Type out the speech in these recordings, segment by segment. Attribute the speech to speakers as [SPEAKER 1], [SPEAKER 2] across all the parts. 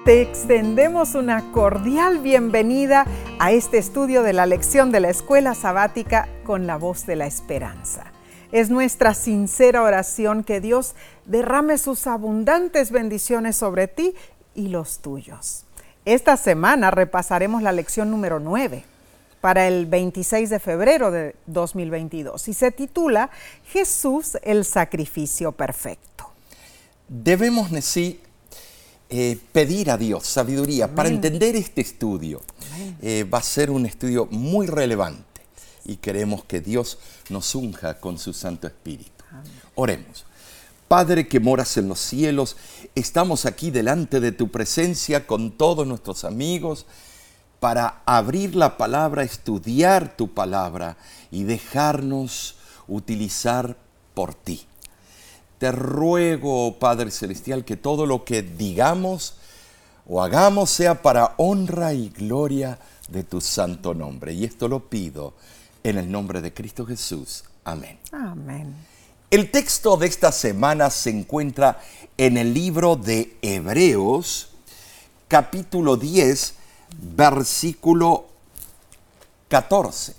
[SPEAKER 1] Te extendemos una cordial bienvenida a este estudio de la lección de la Escuela Sabática con la voz de la esperanza. Es nuestra sincera oración que Dios derrame sus abundantes bendiciones sobre ti y los tuyos. Esta semana repasaremos la lección número 9 para el 26 de febrero de 2022 y se titula Jesús, el sacrificio perfecto.
[SPEAKER 2] Debemos pedir a Dios sabiduría. Amén. Para entender este estudio. Va a ser un estudio muy relevante y queremos que Dios nos unja con su Santo Espíritu. Amén. Oremos. Padre que moras en los cielos, estamos aquí delante de tu presencia con todos nuestros amigos para abrir la palabra, estudiar tu palabra y dejarnos utilizar por ti. Te ruego, oh Padre Celestial, que todo lo que digamos o hagamos sea para honra y gloria de tu santo nombre. Y esto lo pido en el nombre de Cristo Jesús. Amén.
[SPEAKER 1] Amén.
[SPEAKER 2] El texto de esta semana se encuentra en el libro de Hebreos, capítulo 10, versículo 14.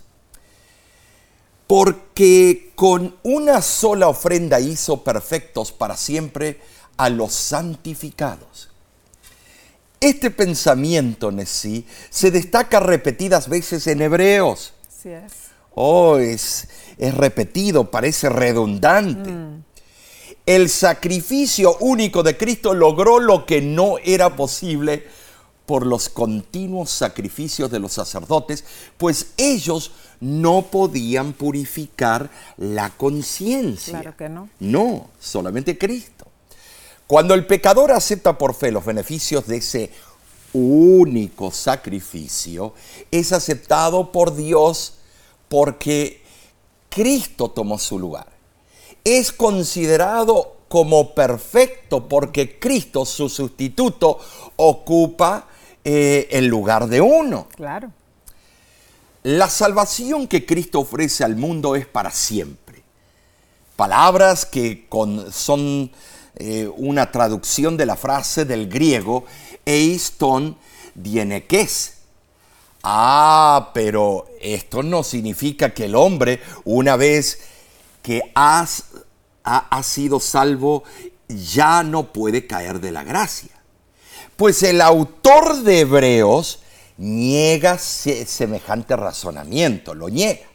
[SPEAKER 2] Porque con una sola ofrenda hizo perfectos para siempre a los santificados. Este pensamiento, Nesí, se destaca repetidas veces en Hebreos.
[SPEAKER 1] Así es.
[SPEAKER 2] Es repetido, parece redundante. El sacrificio único de Cristo logró lo que no era posible por los continuos sacrificios de los sacerdotes, pues ellos no podían purificar la conciencia.
[SPEAKER 1] Claro que no.
[SPEAKER 2] No, solamente Cristo. Cuando el pecador acepta por fe los beneficios de ese único sacrificio, es aceptado por Dios porque Cristo tomó su lugar. Es considerado como perfecto porque Cristo, su sustituto, ocupa el lugar de uno.
[SPEAKER 1] Claro.
[SPEAKER 2] La salvación que Cristo ofrece al mundo es para siempre. Palabras que son una traducción de la frase del griego eiston dienekes. Pero esto no significa que el hombre, una vez que ha sido salvo, ya no puede caer de la gracia. Pues el autor de Hebreos niega semejante razonamiento, lo niega.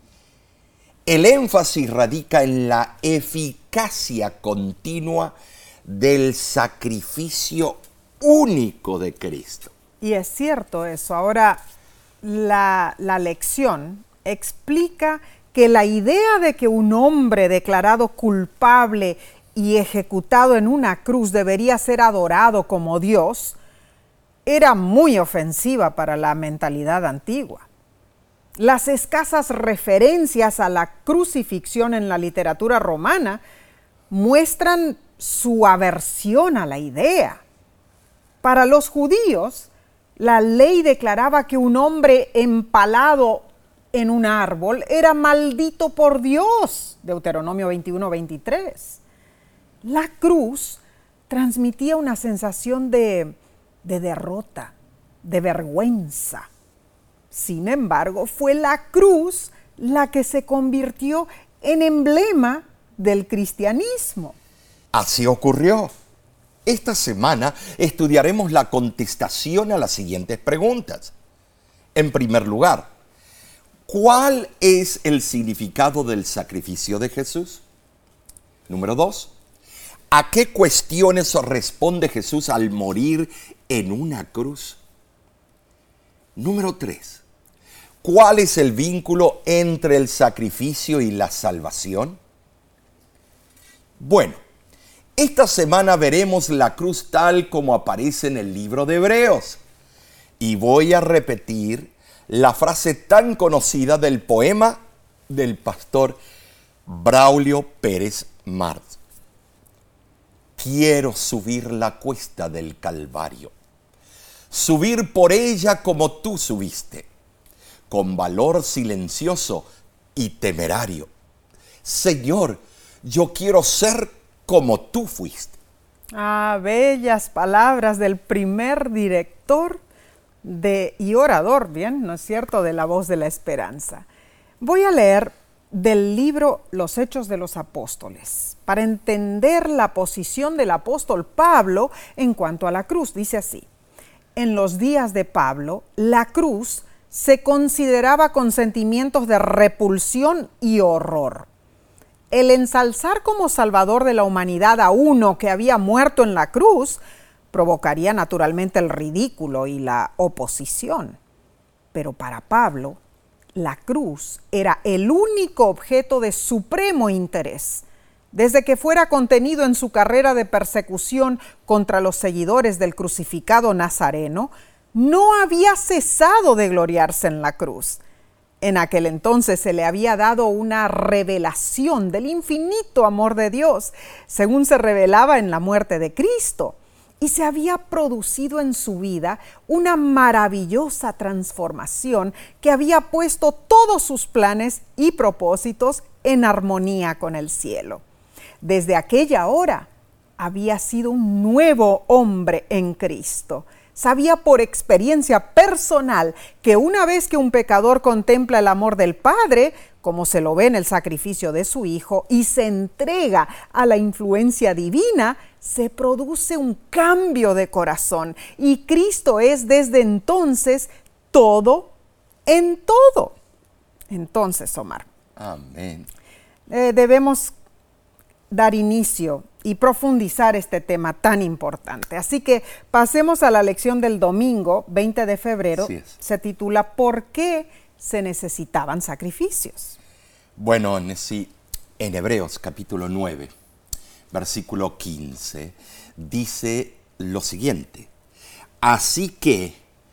[SPEAKER 2] El énfasis radica en la eficacia continua del sacrificio único de Cristo.
[SPEAKER 1] Y es cierto eso. Ahora, la lección explica que la idea de que un hombre declarado culpable y ejecutado en una cruz debería ser adorado como Dios era muy ofensiva para la mentalidad antigua. Las escasas referencias a la crucifixión en la literatura romana muestran su aversión a la idea. Para los judíos, la ley declaraba que un hombre empalado en un árbol era maldito por Dios, Deuteronomio 21-23. La cruz transmitía una sensación de derrota, de vergüenza. Sin embargo, fue la cruz la que se convirtió en emblema del cristianismo.
[SPEAKER 2] Así ocurrió. Esta semana estudiaremos la contestación a las siguientes preguntas. En primer lugar, ¿cuál es el significado del sacrificio de Jesús? Número 2, ¿a qué cuestiones responde Jesús al morir en una cruz? Número 3, ¿cuál es el vínculo entre el sacrificio y la salvación? Bueno, esta semana veremos la cruz tal como aparece en el libro de Hebreos. Y voy a repetir la frase tan conocida del poema del pastor Braulio Pérez Marx. Quiero subir la cuesta del Calvario, subir por ella como tú subiste, con valor silencioso y temerario. Señor, yo quiero ser como tú fuiste.
[SPEAKER 1] Ah, bellas palabras del primer director y orador, bien, ¿no es cierto?, de La Voz de la Esperanza. Voy a leer del libro Los Hechos de los Apóstoles para entender la posición del apóstol Pablo en cuanto a la cruz. Dice así: en los días de Pablo, la cruz se consideraba con sentimientos de repulsión y horror. El ensalzar como salvador de la humanidad a uno que había muerto en la cruz provocaría naturalmente el ridículo y la oposición. Pero para Pablo, la cruz era el único objeto de supremo interés. Desde que fuera contenido en su carrera de persecución contra los seguidores del crucificado Nazareno, no había cesado de gloriarse en la cruz. En aquel entonces se le había dado una revelación del infinito amor de Dios, según se revelaba en la muerte de Cristo, y se había producido en su vida una maravillosa transformación que había puesto todos sus planes y propósitos en armonía con el cielo. Desde aquella hora había sido un nuevo hombre en Cristo. Sabía por experiencia personal que una vez que un pecador contempla el amor del Padre, como se lo ve en el sacrificio de su Hijo, y se entrega a la influencia divina, se produce un cambio de corazón. Y Cristo es desde entonces todo en todo. Entonces, Omar,
[SPEAKER 2] Amén.
[SPEAKER 1] Debemos dar inicio y profundizar este tema tan importante. Así que pasemos a la lección del domingo, 20 de febrero. Se titula ¿Por qué se necesitaban sacrificios?
[SPEAKER 2] Bueno, en Hebreos capítulo 9, versículo 15, dice lo siguiente: así que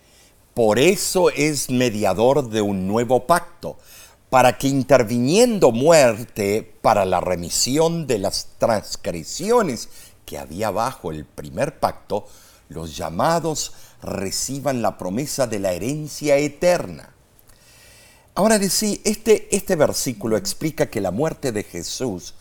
[SPEAKER 2] por eso es mediador de un nuevo pacto, para que interviniendo muerte para la remisión de las transgresiones que había bajo el primer pacto, los llamados reciban la promesa de la herencia eterna. Ahora sí, este versículo explica que la muerte de Jesús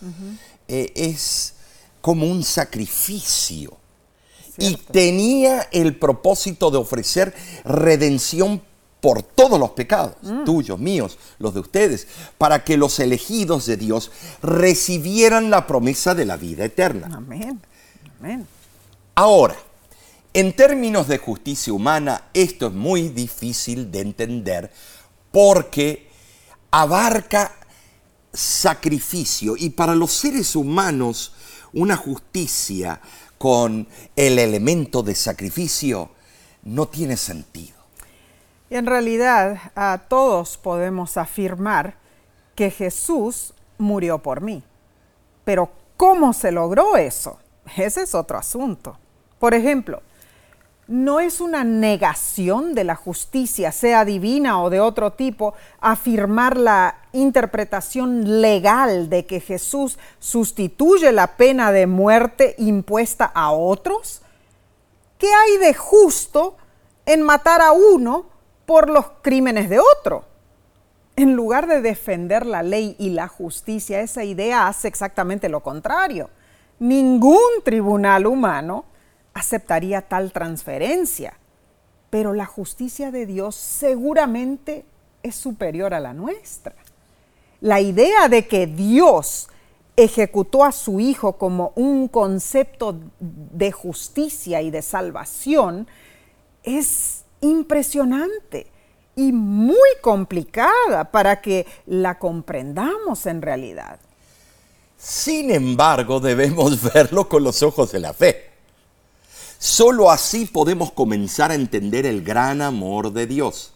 [SPEAKER 2] es como un sacrificio. Y tenía el propósito de ofrecer redención por todos los pecados, tuyos, míos, los de ustedes, para que los elegidos de Dios recibieran la promesa de la vida eterna.
[SPEAKER 1] Amén. Amén.
[SPEAKER 2] Ahora, en términos de justicia humana, esto es muy difícil de entender porque abarca sacrificio, y para los seres humanos una justicia con el elemento de sacrificio no tiene sentido.
[SPEAKER 1] Y en realidad todos podemos afirmar que Jesús murió por mí. Pero ¿cómo se logró eso? Ese es otro asunto. Por ejemplo, no es una negación de la justicia, sea divina o de otro tipo, afirmar la interpretación legal de que Jesús sustituye la pena de muerte impuesta a otros. ¿Qué hay de justo en matar a uno por los crímenes de otro? En lugar de defender la ley y la justicia, esa idea hace exactamente lo contrario. Ningún tribunal humano aceptaría tal transferencia, pero la justicia de Dios seguramente es superior a la nuestra. La idea de que Dios ejecutó a su Hijo como un concepto de justicia y de salvación es impresionante y muy complicada para que la comprendamos en realidad.
[SPEAKER 2] Sin embargo, debemos verlo con los ojos de la fe. Solo así podemos comenzar a entender el gran amor de Dios.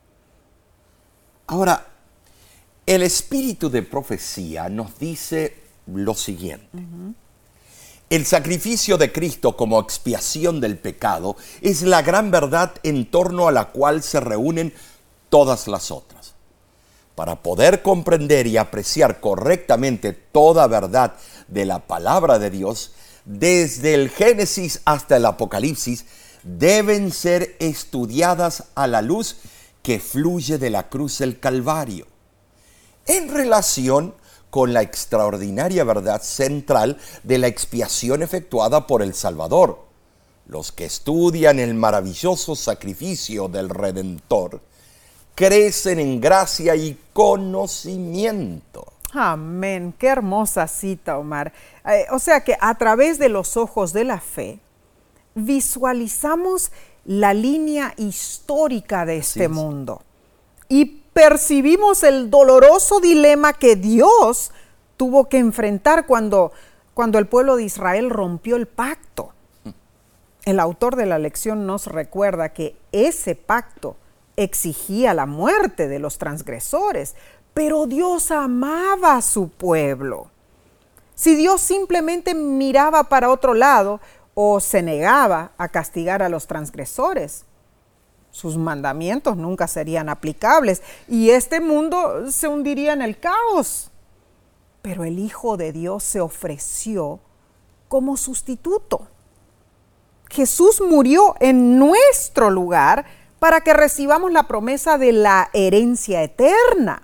[SPEAKER 2] Ahora, el espíritu de profecía nos dice lo siguiente. El sacrificio de Cristo como expiación del pecado es la gran verdad en torno a la cual se reúnen todas las otras. Para poder comprender y apreciar correctamente toda verdad de la palabra de Dios, desde el Génesis hasta el Apocalipsis, deben ser estudiadas a la luz que fluye de la cruz del Calvario, en relación con la extraordinaria verdad central de la expiación efectuada por el Salvador. Los que estudian el maravilloso sacrificio del Redentor crecen en gracia y conocimiento.
[SPEAKER 1] Amén. Qué hermosa cita, Omar. O sea que a través de los ojos de la fe visualizamos la línea histórica de este mundo y percibimos el doloroso dilema que Dios tuvo que enfrentar cuando el pueblo de Israel rompió el pacto. El autor de la lección nos recuerda que ese pacto exigía la muerte de los transgresores, pero Dios amaba a su pueblo. Si Dios simplemente miraba para otro lado o se negaba a castigar a los transgresores, sus mandamientos nunca serían aplicables y este mundo se hundiría en el caos. Pero el Hijo de Dios se ofreció como sustituto. Jesús murió en nuestro lugar para que recibamos la promesa de la herencia eterna.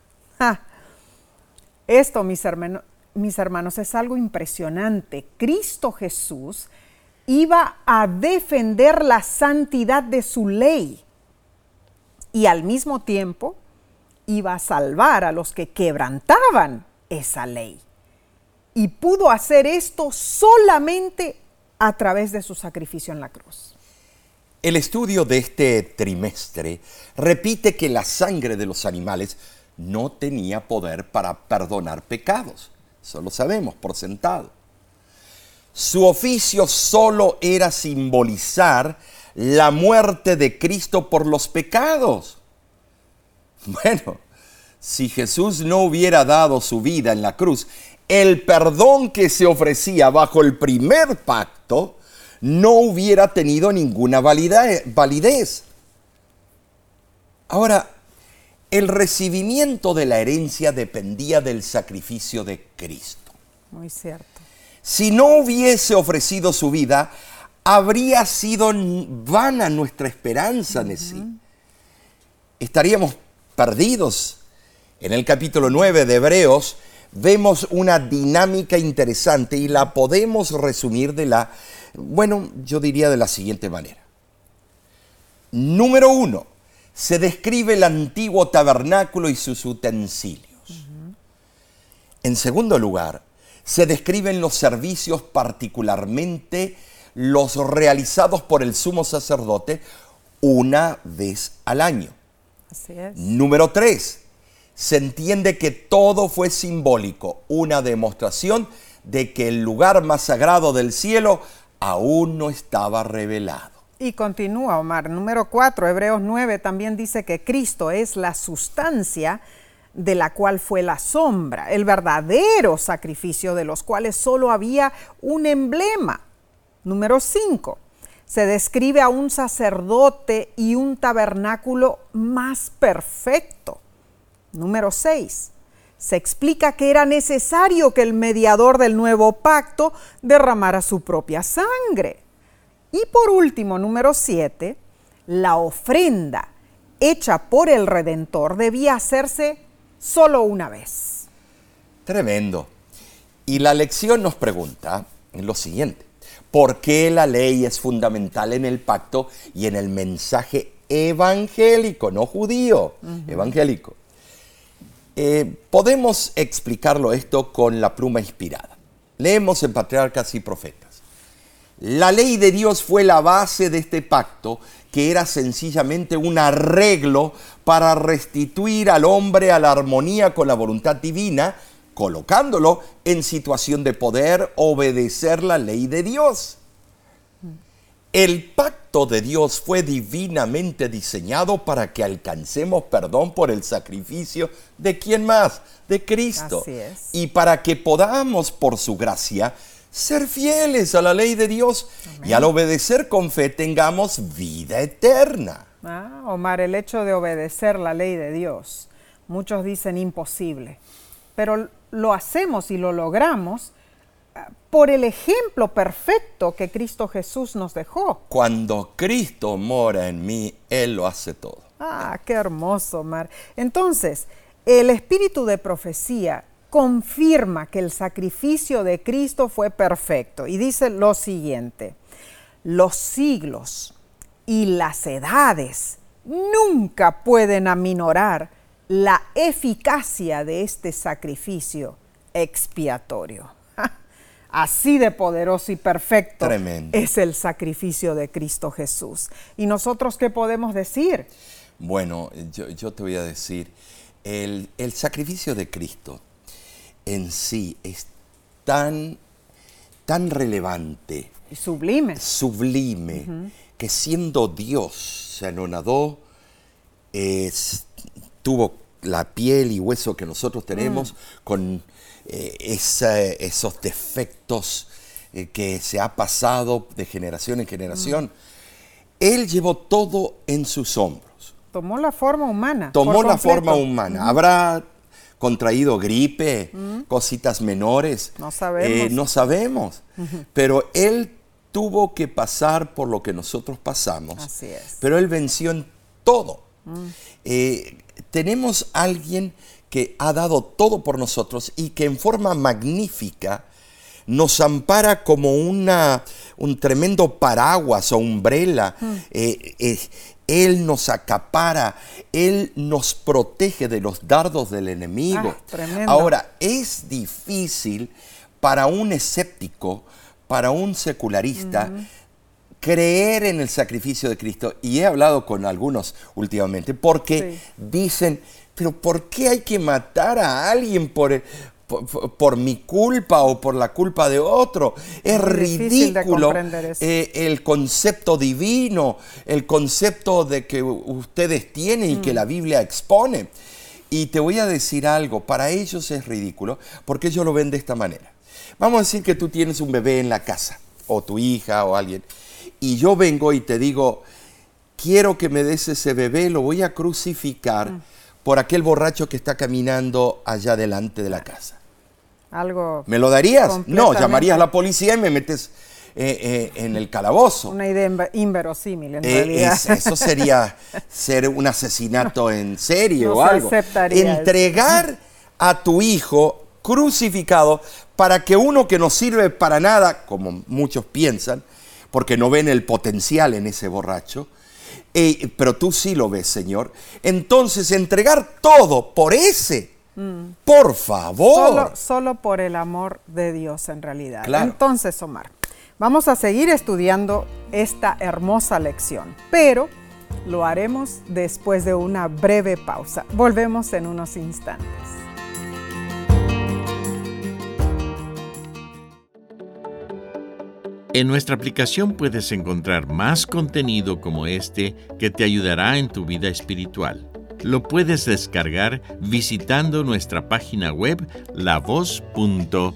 [SPEAKER 1] Esto, mis hermanos, es algo impresionante. Cristo Jesús iba a defender la santidad de su ley y al mismo tiempo iba a salvar a los que quebrantaban esa ley. Y pudo hacer esto solamente a través de su sacrificio en la cruz.
[SPEAKER 2] El estudio de este trimestre repite que la sangre de los animales no tenía poder para perdonar pecados. Eso lo sabemos por sentado. Su oficio solo era simbolizar la muerte de Cristo por los pecados. Bueno, si Jesús no hubiera dado su vida en la cruz, el perdón que se ofrecía bajo el primer pacto no hubiera tenido ninguna validez. Ahora, el recibimiento de la herencia dependía del sacrificio de Cristo.
[SPEAKER 1] Muy cierto.
[SPEAKER 2] Si no hubiese ofrecido su vida, habría sido vana nuestra esperanza en sí. Estaríamos perdidos. En el capítulo 9 de Hebreos vemos una dinámica interesante y la podemos resumir yo diría de la siguiente manera. Número 1, se describe el antiguo tabernáculo y sus utensilios. En segundo lugar, se describen los servicios, particularmente los realizados por el sumo sacerdote una vez al año.
[SPEAKER 1] Así es.
[SPEAKER 2] Número 3, se entiende que todo fue simbólico, una demostración de que el lugar más sagrado del cielo aún no estaba revelado.
[SPEAKER 1] Y continúa, Omar. Número 4, Hebreos 9 también dice que Cristo es la sustancia de la cual fue la sombra, el verdadero sacrificio de los cuales solo había un emblema. Número 5, se describe a un sacerdote y un tabernáculo más perfecto. Número 6, se explica que era necesario que el mediador del nuevo pacto derramara su propia sangre. Y por último, número 7, la ofrenda hecha por el Redentor debía hacerse solo una vez.
[SPEAKER 2] Tremendo. Y la lección nos pregunta lo siguiente: ¿por qué la ley es fundamental en el pacto y en el mensaje evangélico, no judío, evangélico? Podemos explicarlo esto con la pluma inspirada. Leemos en Patriarcas y Profetas. La ley de Dios fue la base de este pacto, que era sencillamente un arreglo para restituir al hombre a la armonía con la voluntad divina, colocándolo en situación de poder obedecer la ley de Dios. El pacto de Dios fue divinamente diseñado para que alcancemos perdón por el sacrificio de ¿quién más? De Cristo.
[SPEAKER 1] Así es.
[SPEAKER 2] Y para que podamos, por su gracia, ser fieles a la ley de Dios. Amén. Y al obedecer con fe tengamos vida eterna.
[SPEAKER 1] Omar, el hecho de obedecer la ley de Dios, muchos dicen imposible, pero lo hacemos y lo logramos por el ejemplo perfecto que Cristo Jesús nos dejó.
[SPEAKER 2] Cuando Cristo mora en mí, Él lo hace todo.
[SPEAKER 1] Qué hermoso, Omar. Entonces, el espíritu de profecía confirma que el sacrificio de Cristo fue perfecto y dice lo siguiente: los siglos y las edades nunca pueden aminorar la eficacia de este sacrificio expiatorio. Así de poderoso y perfecto
[SPEAKER 2] Tremendo.
[SPEAKER 1] es el sacrificio de Cristo Jesús. ¿Y nosotros qué podemos decir?
[SPEAKER 2] Bueno, yo te voy a decir, el sacrificio de Cristo en sí es tan relevante,
[SPEAKER 1] Y sublime.
[SPEAKER 2] que siendo Dios se anonadó, tuvo la piel y hueso que nosotros tenemos con esos defectos que se ha pasado de generación en generación. Él llevó todo en sus hombros.
[SPEAKER 1] Tomó la forma humana.
[SPEAKER 2] Tomó la forma humana. ¿Habrá contraído gripe, cositas menores?
[SPEAKER 1] No sabemos.
[SPEAKER 2] No sabemos. Pero Él tuvo que pasar por lo que nosotros pasamos.
[SPEAKER 1] Así es.
[SPEAKER 2] Pero Él venció en todo. Tenemos a alguien que ha dado todo por nosotros y que en forma magnífica nos ampara como un tremendo paraguas o umbrella. Él nos acapara, Él nos protege de los dardos del enemigo.
[SPEAKER 1] Tremendo.
[SPEAKER 2] Ahora, es difícil para un escéptico, para un secularista, creer en el sacrificio de Cristo. Y he hablado con algunos últimamente, porque dicen, pero ¿por qué hay que matar a alguien por mi culpa o por la culpa de otro? Es ridículo el concepto divino, el concepto de que ustedes tienen y que la Biblia expone. Y te voy a decir algo, para ellos es ridículo, porque ellos lo ven de esta manera. Vamos a decir que tú tienes un bebé en la casa, o tu hija o alguien, y yo vengo y te digo, quiero que me des ese bebé, lo voy a crucificar por aquel borracho que está caminando allá delante de la casa.
[SPEAKER 1] Algo.
[SPEAKER 2] ¿Me lo darías? No, llamarías a la policía y me metes en el calabozo.
[SPEAKER 1] Una idea inverosímil, en realidad.
[SPEAKER 2] Eso sería ser un asesinato en serie
[SPEAKER 1] No
[SPEAKER 2] o
[SPEAKER 1] se
[SPEAKER 2] algo.
[SPEAKER 1] aceptaría
[SPEAKER 2] Entregar a tu hijo crucificado para que uno que no sirve para nada, como muchos piensan, porque no ven el potencial en ese borracho, pero tú sí lo ves, Señor. Entonces, entregar todo por ese, por favor.
[SPEAKER 1] Solo por el amor de Dios, en realidad.
[SPEAKER 2] Claro.
[SPEAKER 1] Entonces, Omar, vamos a seguir estudiando esta hermosa lección, pero lo haremos después de una breve pausa. Volvemos en unos instantes.
[SPEAKER 3] En nuestra aplicación puedes encontrar más contenido como este que te ayudará en tu vida espiritual. Lo puedes descargar visitando nuestra página web lavoz.org.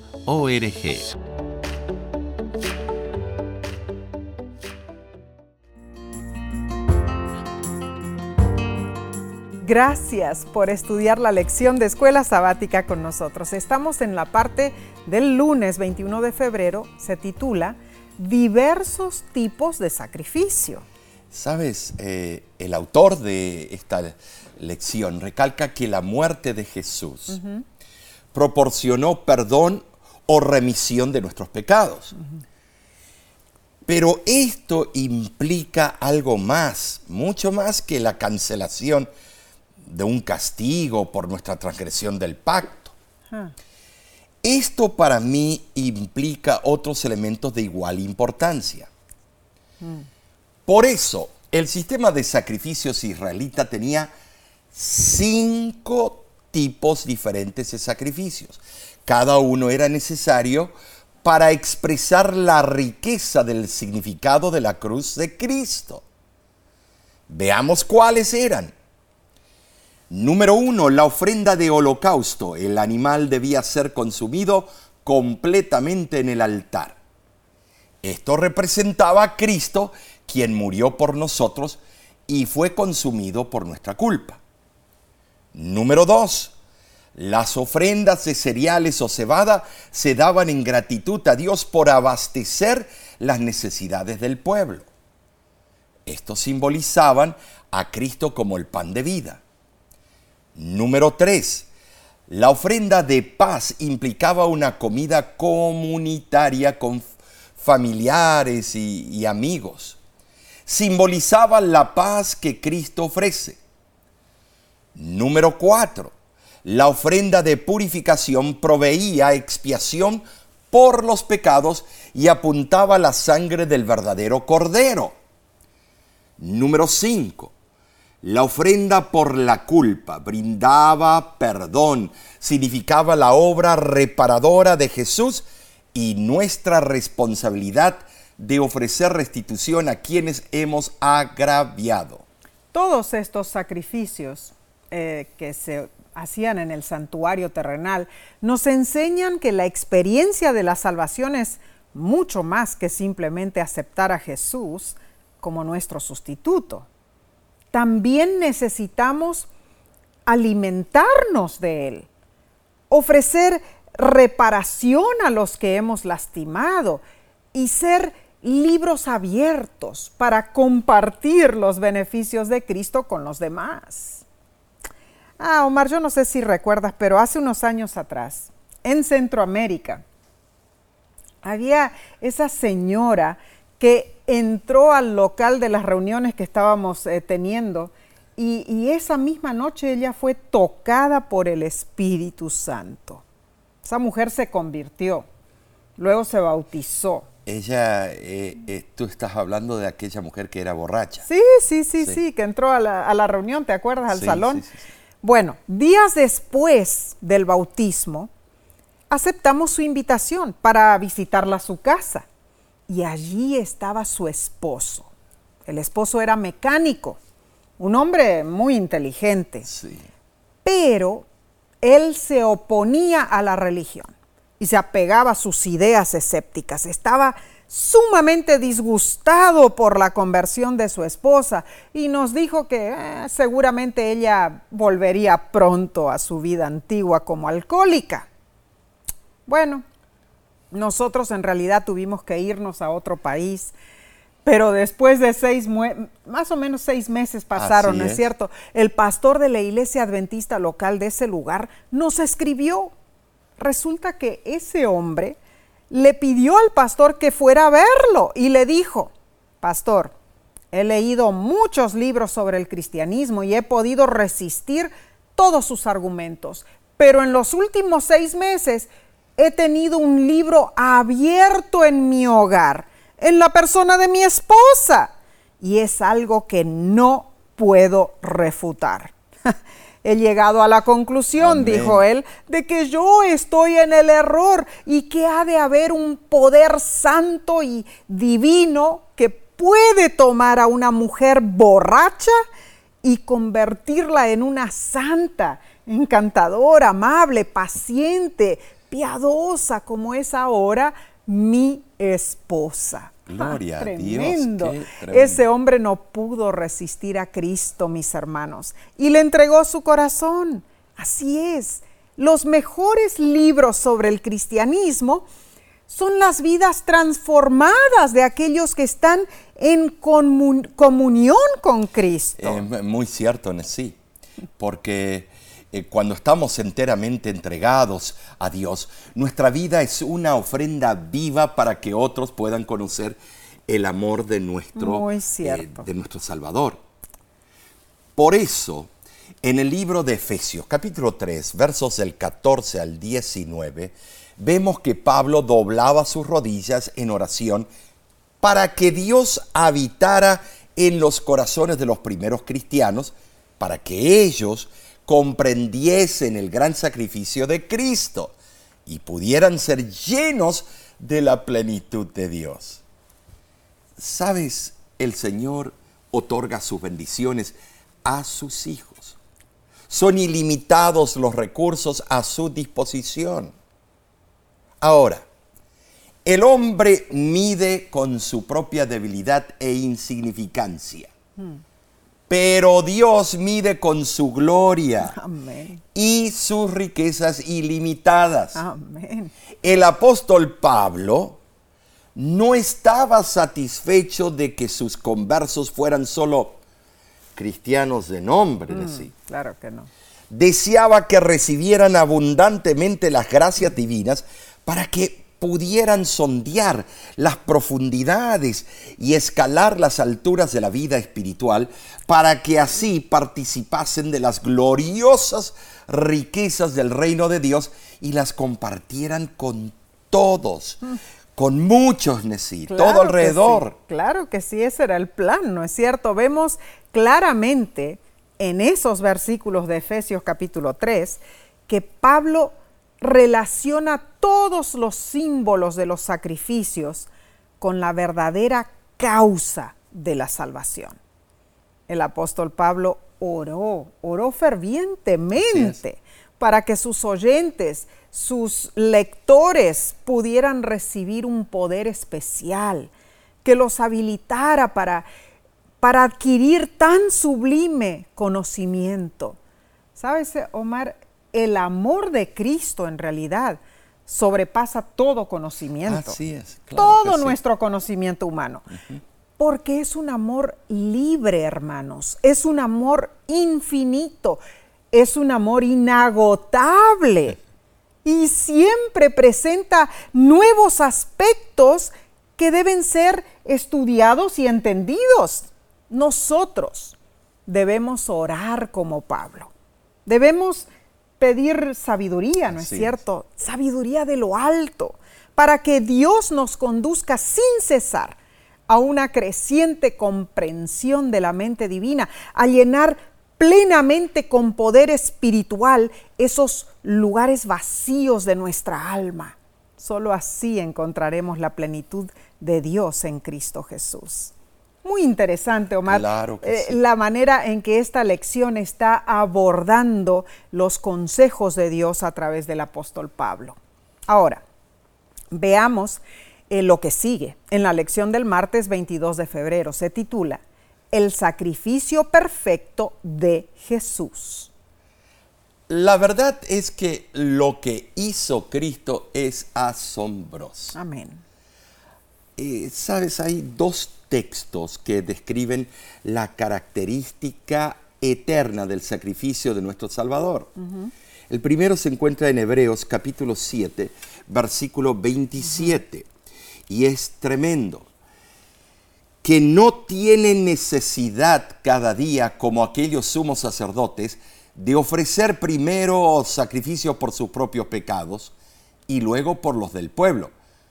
[SPEAKER 1] Gracias por estudiar la lección de Escuela Sabática con nosotros. Estamos en la parte del lunes 21 de febrero, se titula Diversos tipos de sacrificio.
[SPEAKER 2] ¿Sabes? El autor de esta lección recalca que la muerte de Jesús proporcionó perdón o remisión de nuestros pecados. Pero esto implica algo más, mucho más que la cancelación de un castigo por nuestra transgresión del pacto. Esto para mí implica otros elementos de igual importancia. Por eso, el sistema de sacrificios israelita tenía 5 tipos diferentes de sacrificios. Cada uno era necesario para expresar la riqueza del significado de la cruz de Cristo. Veamos cuáles eran. Número 1, la ofrenda de holocausto. El animal debía ser consumido completamente en el altar. Esto representaba a Cristo, quien murió por nosotros y fue consumido por nuestra culpa. Número 2, las ofrendas de cereales o cebada se daban en gratitud a Dios por abastecer las necesidades del pueblo. Estos simbolizaban a Cristo como el pan de vida. Número 3, La ofrenda de paz implicaba una comida comunitaria con familiares y amigos. Simbolizaba la paz que Cristo ofrece. Número 4. La ofrenda de purificación proveía expiación por los pecados y apuntaba a la sangre del verdadero Cordero. Número 5. La ofrenda por la culpa brindaba perdón, significaba la obra reparadora de Jesús y nuestra responsabilidad de ofrecer restitución a quienes hemos agraviado.
[SPEAKER 1] Todos estos sacrificios que se hacían en el santuario terrenal nos enseñan que la experiencia de la salvación es mucho más que simplemente aceptar a Jesús como nuestro sustituto. También necesitamos alimentarnos de Él, ofrecer reparación a los que hemos lastimado y ser libros abiertos para compartir los beneficios de Cristo con los demás. Omar, yo no sé si recuerdas, pero hace unos años atrás, en Centroamérica, había esa señora que entró al local de las reuniones que estábamos teniendo y esa misma noche ella fue tocada por el Espíritu Santo. Esa mujer se convirtió, luego se bautizó.
[SPEAKER 2] Ella, tú estás hablando de aquella mujer que era borracha.
[SPEAKER 1] Sí, que entró a la reunión, ¿te acuerdas? Al salón. Sí. Bueno, días después del bautismo, aceptamos su invitación para visitarla a su casa. Y allí estaba su esposo. El esposo era mecánico, un hombre muy inteligente.
[SPEAKER 2] Sí.
[SPEAKER 1] Pero él se oponía a la religión y se apegaba a sus ideas escépticas. Estaba sumamente disgustado por la conversión de su esposa y nos dijo que seguramente ella volvería pronto a su vida antigua como alcohólica. Bueno, nosotros en realidad tuvimos que irnos a otro país, pero después de más o menos 6 meses pasaron, ¿no es cierto? El pastor de la iglesia adventista local de ese lugar nos escribió. Resulta que ese hombre le pidió al pastor que fuera a verlo y le dijo: pastor, he leído muchos libros sobre el cristianismo y he podido resistir todos sus argumentos, pero en los últimos 6 meses he tenido un libro abierto en mi hogar, en la persona de mi esposa, y es algo que no puedo refutar. He llegado a la conclusión, amén, dijo él, de que yo estoy en el error y que ha de haber un poder santo y divino que puede tomar a una mujer borracha y convertirla en una santa, encantadora, amable, paciente, piadosa, como es ahora mi esposa.
[SPEAKER 2] Gloria a Dios.
[SPEAKER 1] Tremendo. Ese hombre no pudo resistir a Cristo, mis hermanos, y le entregó su corazón. Así es. Los mejores libros sobre el cristianismo son las vidas transformadas de aquellos que están en comunión con Cristo.
[SPEAKER 2] Muy cierto, sí, porque cuando estamos enteramente entregados a Dios, nuestra vida es una ofrenda viva para que otros puedan conocer el amor de nuestro Salvador. Por eso, en el libro de Efesios, capítulo 3, versos del 14 al 19, vemos que Pablo doblaba sus rodillas en oración para que Dios habitara en los corazones de los primeros cristianos, para que ellos comprendiesen el gran sacrificio de Cristo y pudieran ser llenos de la plenitud de Dios. ¿Sabes? El Señor otorga sus bendiciones a sus hijos. Son ilimitados los recursos a su disposición. Ahora, el hombre mide con su propia debilidad e insignificancia. Pero Dios mide con su gloria, amén, y sus riquezas ilimitadas.
[SPEAKER 1] Amén.
[SPEAKER 2] El apóstol Pablo no estaba satisfecho de que sus conversos fueran solo cristianos de nombre,
[SPEAKER 1] Claro que no.
[SPEAKER 2] deseaba que recibieran abundantemente las gracias divinas para que pudieran sondear las profundidades y escalar las alturas de la vida espiritual, para que así participasen de las gloriosas riquezas del reino de Dios y las compartieran con todos, con muchos, todo alrededor.
[SPEAKER 1] Sí. Claro que sí, ese era el plan, ¿no es cierto? Vemos claramente en esos versículos de Efesios capítulo 3 que Pablo relaciona todos los símbolos de los sacrificios con la verdadera causa de la salvación. El apóstol Pablo oró fervientemente para que sus oyentes, sus lectores pudieran recibir un poder especial que los habilitara para adquirir tan sublime conocimiento. ¿Sabes, Omar? El amor de Cristo en realidad sobrepasa todo conocimiento.
[SPEAKER 2] Así es.
[SPEAKER 1] Claro, todo nuestro conocimiento humano. Porque es un amor libre, hermanos. Es un amor infinito. Es un amor inagotable. Y siempre presenta nuevos aspectos que deben ser estudiados y entendidos. Nosotros debemos orar como Pablo. Debemos pedir sabiduría, ¿no es cierto? Sabiduría de lo alto, para que Dios nos conduzca sin cesar a una creciente comprensión de la mente divina, a llenar plenamente con poder espiritual esos lugares vacíos de nuestra alma. Solo así encontraremos la plenitud de Dios en Cristo Jesús. Muy interesante, Omar,
[SPEAKER 2] claro que sí,
[SPEAKER 1] la manera en que esta lección está abordando los consejos de Dios a través del apóstol Pablo. Ahora, veamos lo que sigue. En la lección del martes 22 de febrero se titula El sacrificio perfecto de Jesús.
[SPEAKER 2] La verdad es que lo que hizo Cristo es asombroso.
[SPEAKER 1] Amén.
[SPEAKER 2] Sabes, hay dos textos que describen la característica eterna del sacrificio de nuestro Salvador. El primero se encuentra en Hebreos capítulo 7, versículo 27, y es tremendo. Que no tiene necesidad cada día, como aquellos sumos sacerdotes, de ofrecer primero sacrificios por sus propios pecados y luego por los del pueblo.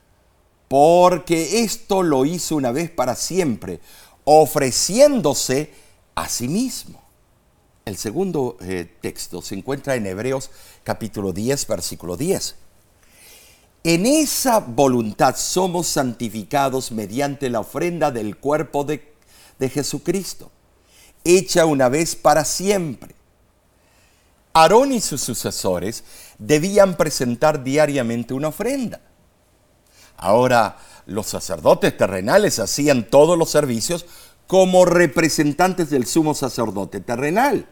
[SPEAKER 2] Porque esto lo hizo una vez para siempre, ofreciéndose a sí mismo. El segundo texto se encuentra en Hebreos capítulo 10, versículo 10. En esa voluntad somos santificados mediante la ofrenda del cuerpo de Jesucristo, hecha una vez para siempre. Aarón y sus sucesores debían presentar diariamente una ofrenda. Ahora, los sacerdotes terrenales hacían todos los servicios como representantes del sumo sacerdote terrenal.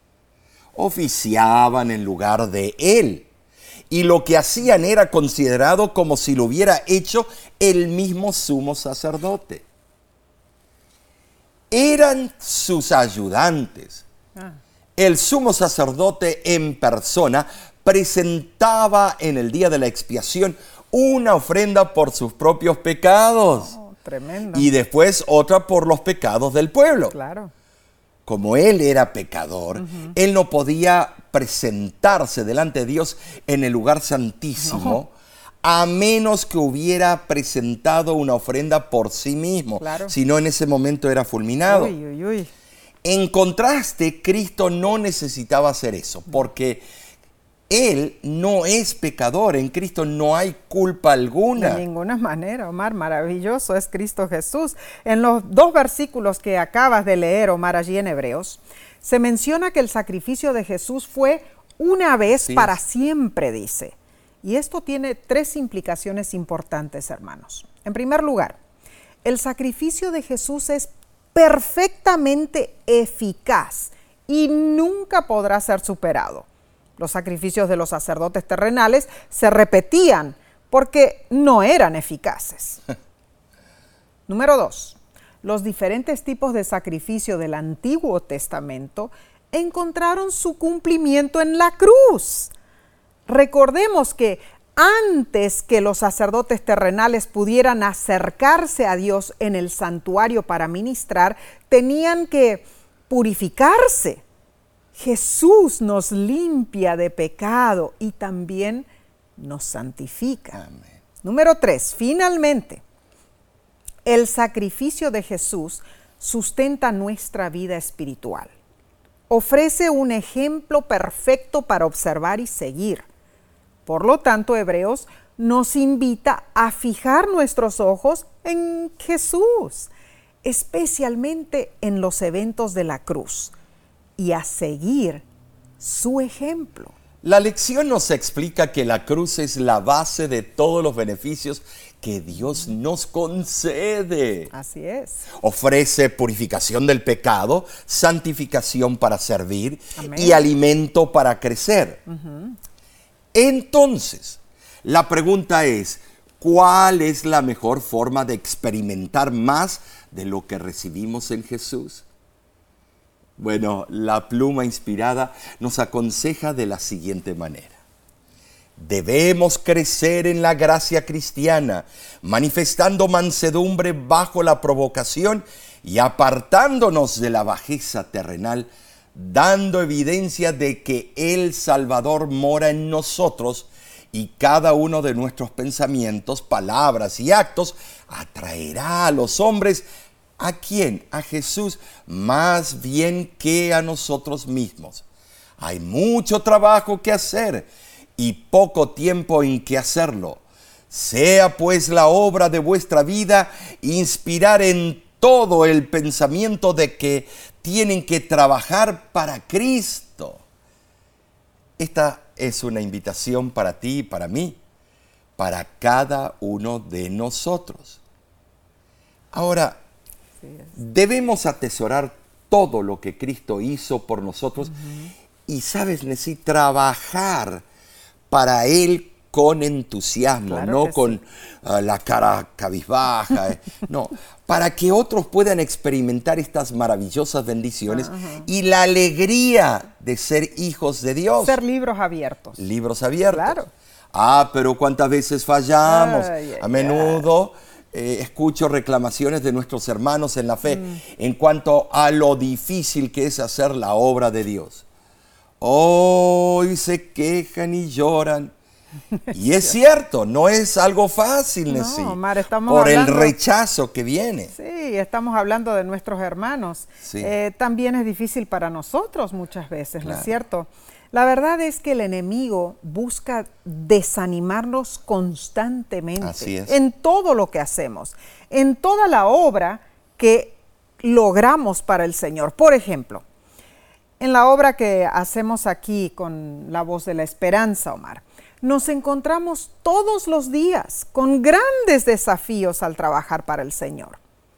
[SPEAKER 2] Oficiaban en lugar de él. Y lo que hacían era considerado como si lo hubiera hecho el mismo sumo sacerdote. Eran sus ayudantes. El sumo sacerdote en persona presentaba en el día de la expiación una ofrenda por sus propios pecados.
[SPEAKER 1] Tremendo.
[SPEAKER 2] Y después otra por los pecados del pueblo.
[SPEAKER 1] Claro.
[SPEAKER 2] Como él era pecador, él no podía presentarse delante de Dios en el lugar santísimo, a menos que hubiera presentado una ofrenda por sí mismo.
[SPEAKER 1] Claro.
[SPEAKER 2] Si no, en ese momento era fulminado.
[SPEAKER 1] Uy, uy, uy.
[SPEAKER 2] En contraste, Cristo no necesitaba hacer eso, porque Él no es pecador. En Cristo no hay culpa alguna.
[SPEAKER 1] De ninguna manera, Omar. Maravilloso es Cristo Jesús. En los dos versículos que acabas de leer, Omar, allí en Hebreos, se menciona que el sacrificio de Jesús fue una vez para siempre, dice. Y esto tiene tres implicaciones importantes, hermanos. En primer lugar, el sacrificio de Jesús es perfectamente eficaz y nunca podrá ser superado. Los sacrificios de los sacerdotes terrenales se repetían porque no eran eficaces. Número 2. Los diferentes tipos de sacrificio del Antiguo Testamento encontraron su cumplimiento en la cruz. Recordemos que antes que los sacerdotes terrenales pudieran acercarse a Dios en el santuario para ministrar, tenían que purificarse. Jesús nos limpia de pecado y también nos santifica.
[SPEAKER 2] Amén.
[SPEAKER 1] Número 3, finalmente, el sacrificio de Jesús sustenta nuestra vida espiritual. Ofrece un ejemplo perfecto para observar y seguir. Por lo tanto, Hebreos nos invita a fijar nuestros ojos en Jesús, especialmente en los eventos de la cruz, y a seguir su ejemplo.
[SPEAKER 2] La lección nos explica que la cruz es la base de todos los beneficios que Dios nos concede.
[SPEAKER 1] Así es.
[SPEAKER 2] Ofrece purificación del pecado, santificación para servir.
[SPEAKER 1] Amén.
[SPEAKER 2] Y alimento para crecer. Entonces, la pregunta es, ¿cuál es la mejor forma de experimentar más de lo que recibimos en Jesús? Bueno, la pluma inspirada nos aconseja de la siguiente manera. Debemos crecer en la gracia cristiana, manifestando mansedumbre bajo la provocación y apartándonos de la bajeza terrenal, dando evidencia de que el Salvador mora en nosotros y cada uno de nuestros pensamientos, palabras y actos atraerá a los hombres. ¿A quién? A Jesús, más bien que a nosotros mismos. Hay mucho trabajo que hacer y poco tiempo en que hacerlo. Sea pues la obra de vuestra vida inspirar en todo el pensamiento de que tienen que trabajar para Cristo. Esta es una invitación para ti y para mí, para cada uno de nosotros. Ahora, debemos atesorar todo lo que Cristo hizo por nosotros y, ¿sabes, Nesí? Trabajar para Él con entusiasmo,
[SPEAKER 1] Claro
[SPEAKER 2] no
[SPEAKER 1] que
[SPEAKER 2] con la cara cabizbaja, no, para que otros puedan experimentar estas maravillosas bendiciones y la alegría de ser hijos de Dios.
[SPEAKER 1] Ser libros abiertos.
[SPEAKER 2] Libros abiertos.
[SPEAKER 1] Claro.
[SPEAKER 2] Pero ¿cuántas veces fallamos?
[SPEAKER 1] Ay,
[SPEAKER 2] A menudo escucho reclamaciones de nuestros hermanos en la fe en cuanto a lo difícil que es hacer la obra de Dios. Hoy se quejan y lloran. Y es cierto, no es algo fácil, Nesí,
[SPEAKER 1] Omar, estamos
[SPEAKER 2] por
[SPEAKER 1] hablando,
[SPEAKER 2] el rechazo que viene.
[SPEAKER 1] Sí, estamos hablando de nuestros hermanos.
[SPEAKER 2] Sí.
[SPEAKER 1] También es difícil para nosotros muchas veces, ¿no es
[SPEAKER 2] Claro.
[SPEAKER 1] cierto? La verdad es que el enemigo busca desanimarnos constantemente
[SPEAKER 2] Así es.
[SPEAKER 1] en todo lo que hacemos, en toda la obra que logramos para el Señor. Por ejemplo, en la obra que hacemos aquí con La Voz de la Esperanza, Omar, nos encontramos todos los días con grandes desafíos al trabajar para el Señor.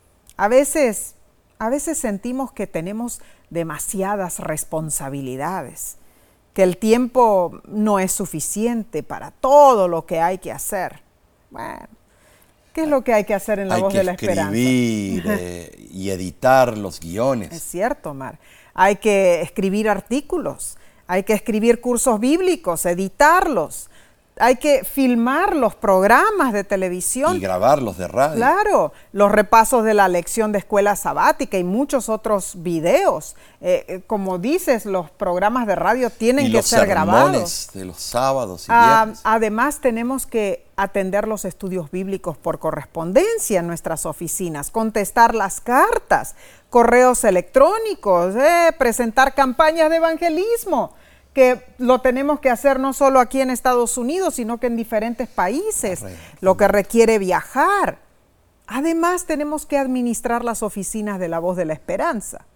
[SPEAKER 1] A veces sentimos que tenemos demasiadas responsabilidades, que el tiempo no es suficiente para todo lo que hay que hacer. Bueno, ¿qué es lo que hay que hacer en La Voz de la Esperanza?
[SPEAKER 2] Hay que escribir y editar los
[SPEAKER 1] Es
[SPEAKER 2] guiones.
[SPEAKER 1] cierto, Omar. Hay que escribir artículos, hay que escribir cursos bíblicos, editarlos, hay que filmar los programas de televisión.
[SPEAKER 2] Y grabarlos de radio.
[SPEAKER 1] Claro, los repasos de la lección de escuela sabática y muchos otros videos. Como dices, los programas de radio tienen
[SPEAKER 2] Y
[SPEAKER 1] que
[SPEAKER 2] los
[SPEAKER 1] ser grabados.
[SPEAKER 2] sermones de los sábados y viernes.
[SPEAKER 1] Además, tenemos que atender los estudios bíblicos por correspondencia en nuestras oficinas, contestar las cartas, correos electrónicos, presentar campañas de evangelismo, que lo tenemos que hacer no solo aquí en Estados Unidos, sino que en diferentes países, lo que requiere viajar. Además, tenemos que administrar las oficinas de La Voz de la Esperanza.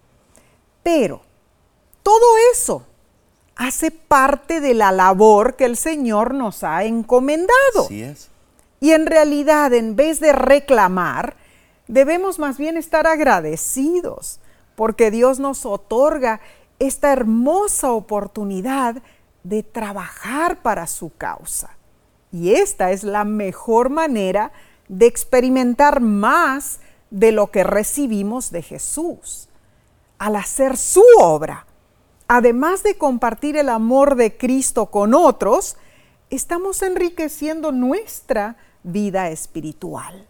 [SPEAKER 1] Pero todo eso hace parte de la labor que el Señor nos ha encomendado.
[SPEAKER 2] Así es.
[SPEAKER 1] Y en realidad, en vez de reclamar, debemos más bien estar agradecidos, porque Dios nos otorga esta hermosa oportunidad de trabajar para su causa. Y esta es la mejor manera de experimentar más de lo que recibimos de Jesús. Al hacer su obra, además de compartir el amor de Cristo con otros, estamos enriqueciendo nuestra vida espiritual.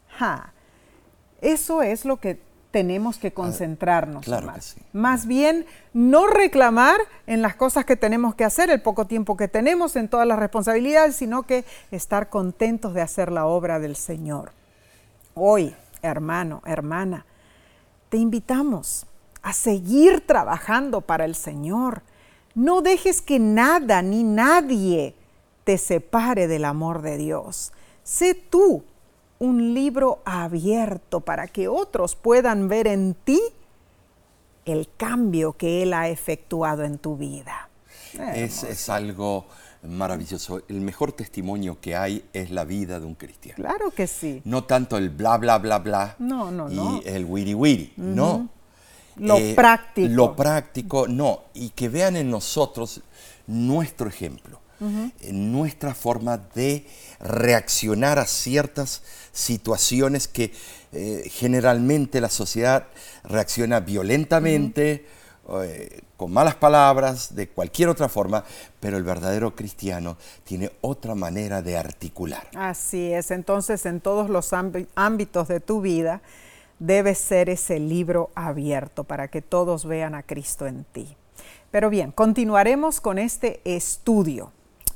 [SPEAKER 1] Eso es lo que tenemos que concentrarnos.
[SPEAKER 2] Claro
[SPEAKER 1] más.
[SPEAKER 2] que sí.
[SPEAKER 1] Más bien, no reclamar en las cosas que tenemos que hacer, el poco tiempo que tenemos, en todas las responsabilidades, sino que estar contentos de hacer la obra del Señor. Hoy, hermano, hermana, te invitamos a seguir trabajando para el Señor. No dejes que nada ni nadie te separe del amor de Dios. Sé tú un libro abierto para que otros puedan ver en ti el cambio que Él ha efectuado en tu vida.
[SPEAKER 2] Es algo maravilloso. El mejor testimonio que hay es la vida de un cristiano.
[SPEAKER 1] Claro que sí.
[SPEAKER 2] No tanto el bla, bla, bla, bla y el wiri, wiri. No.
[SPEAKER 1] Lo práctico.
[SPEAKER 2] Lo práctico, no. Y que vean en nosotros nuestro ejemplo. Nuestra forma de reaccionar a ciertas situaciones que generalmente la sociedad reacciona violentamente, con malas palabras, de cualquier otra forma, pero el verdadero cristiano tiene otra manera de articular.
[SPEAKER 1] Así es, entonces en todos los ámbitos de tu vida debe ser ese libro abierto para que todos vean a Cristo en ti. Pero bien, continuaremos con este estudio.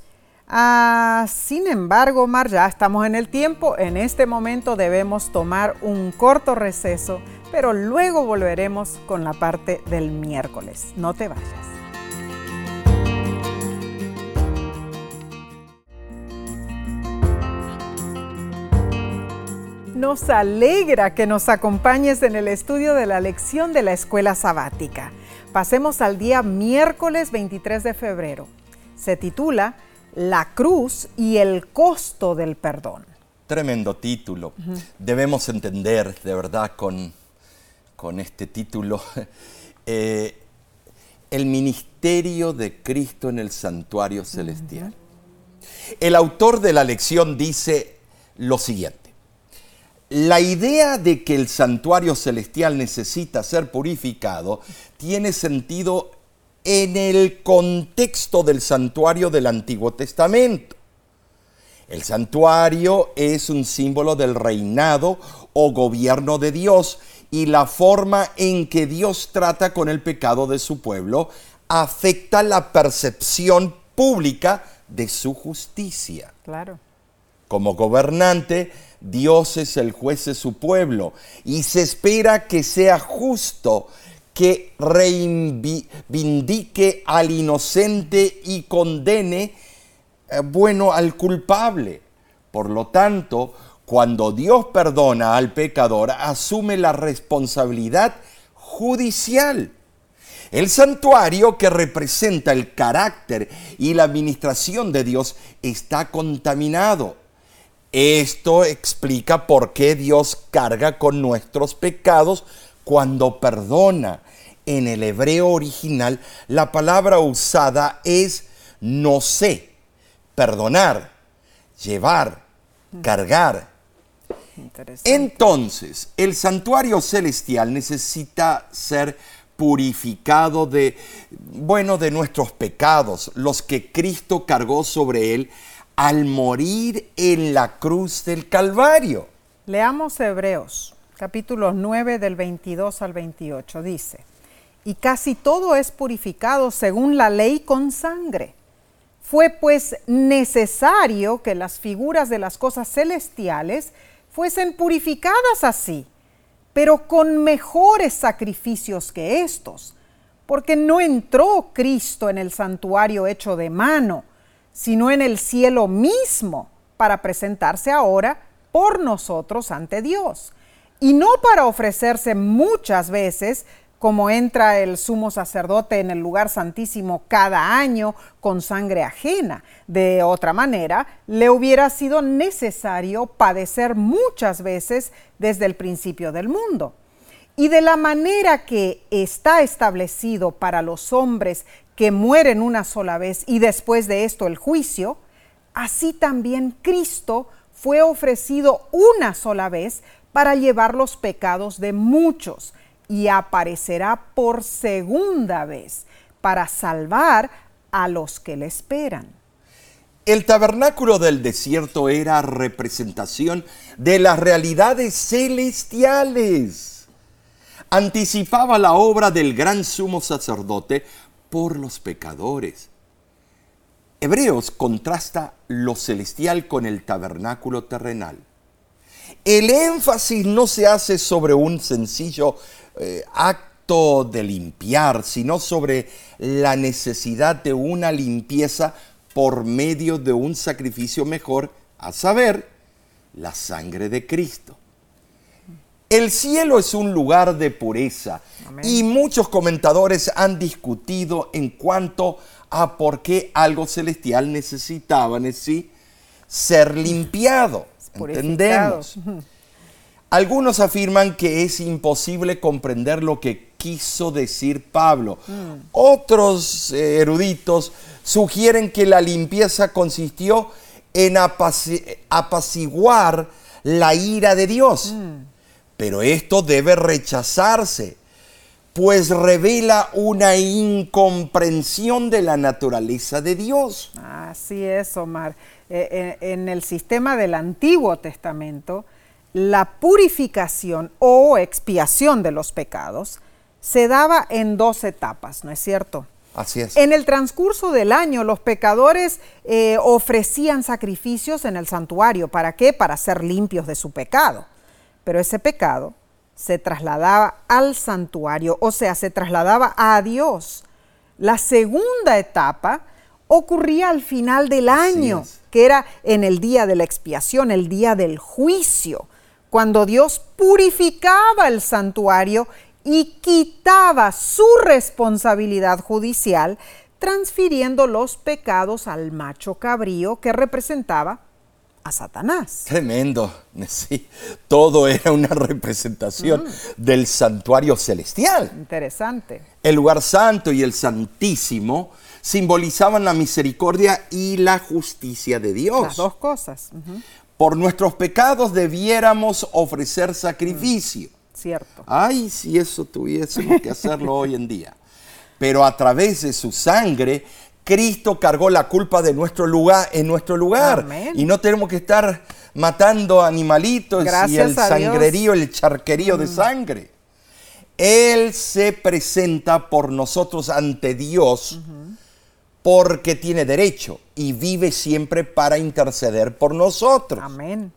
[SPEAKER 1] Sin embargo, Mar, ya estamos en el tiempo. En este momento debemos tomar un corto receso, pero luego volveremos con la parte del miércoles. No te vayas. Nos alegra que nos acompañes en el estudio de la lección de la escuela sabática. Pasemos al día miércoles 23 de febrero. Se titula La cruz y el costo del perdón.
[SPEAKER 2] Tremendo título. Debemos entender, de verdad, con este título, el ministerio de Cristo en el santuario celestial. El autor de la lección dice lo siguiente. La idea de que el santuario celestial necesita ser purificado tiene sentido en el contexto del santuario del Antiguo Testamento. El santuario es un símbolo del reinado o gobierno de Dios y la forma en que Dios trata con el pecado de su pueblo afecta la percepción pública de su justicia.
[SPEAKER 1] Claro.
[SPEAKER 2] Como gobernante, Dios es el juez de su pueblo y se espera que sea justo, que reivindique al inocente y condene, al culpable. Por lo tanto, cuando Dios perdona al pecador, asume la responsabilidad judicial. El santuario, que representa el carácter y la administración de Dios, está contaminado. Esto explica por qué Dios carga con nuestros pecados cuando perdona. En el hebreo original, la palabra usada es nosé, perdonar, llevar, cargar. Entonces, el santuario celestial necesita ser purificado de nuestros pecados, los que Cristo cargó sobre él al morir en la cruz del Calvario.
[SPEAKER 1] Leamos Hebreos, capítulos 9 del 22 al 28. Dice: y casi todo es purificado según la ley con sangre. Fue pues necesario que las figuras de las cosas celestiales fuesen purificadas así, pero con mejores sacrificios que estos, porque no entró Cristo en el santuario hecho de mano, sino en el cielo mismo, para presentarse ahora por nosotros ante Dios, y no para ofrecerse muchas veces, como entra el sumo sacerdote en el lugar santísimo cada año con sangre ajena. De otra manera, le hubiera sido necesario padecer muchas veces desde el principio del mundo. Y de la manera que está establecido para los hombres que mueren una sola vez y después de esto el juicio, así también Cristo fue ofrecido una sola vez para llevar los pecados de muchos, y aparecerá por segunda vez para salvar a los que le esperan.
[SPEAKER 2] El tabernáculo del desierto era representación de las realidades celestiales. Anticipaba la obra del gran sumo sacerdote por los pecadores. Hebreos contrasta lo celestial con el tabernáculo terrenal. El énfasis no se hace sobre un sencillo acto de limpiar, sino sobre la necesidad de una limpieza por medio de un sacrificio mejor, a saber, la sangre de Cristo. El cielo es un lugar de pureza. Amén. Y muchos comentadores han discutido en cuanto a por qué algo celestial necesitaba en sí ser limpiado. Entendemos. Algunos afirman que es imposible comprender lo que quiso decir Pablo. Otros eruditos sugieren que la limpieza consistió en apaciguar la ira de Dios. Pero esto debe rechazarse, pues revela una incomprensión de la naturaleza de Dios.
[SPEAKER 1] Así es, Omar. En el sistema del Antiguo Testamento, la purificación o expiación de los pecados se daba en 2 etapas, ¿no es cierto?
[SPEAKER 2] Así es.
[SPEAKER 1] En el transcurso del año, los pecadores ofrecían sacrificios en el santuario. ¿Para qué? Para ser limpios de su pecado. Pero ese pecado se trasladaba al santuario, o sea, se trasladaba a Dios. La segunda etapa ocurría al final del año, que era en el día de la expiación, el día del juicio, cuando Dios purificaba el santuario y quitaba su responsabilidad judicial, transfiriendo los pecados al macho cabrío que representaba a Satanás.
[SPEAKER 2] Tremendo, sí. Todo era una representación del santuario celestial.
[SPEAKER 1] Interesante.
[SPEAKER 2] El lugar santo y el santísimo simbolizaban la misericordia y la justicia de Dios.
[SPEAKER 1] Las 2 cosas.
[SPEAKER 2] Por nuestros pecados debiéramos ofrecer sacrificio.
[SPEAKER 1] Cierto.
[SPEAKER 2] Ay, si eso tuviésemos que hacerlo hoy en día. Pero a través de su sangre, Cristo cargó la culpa de nuestro lugar, en nuestro lugar.
[SPEAKER 1] Amén.
[SPEAKER 2] Y no tenemos que estar matando animalitos. Gracias y el sangrerío, el charquerío de sangre. Él se presenta por nosotros ante Dios porque tiene derecho y vive siempre para interceder por nosotros.
[SPEAKER 1] Amén.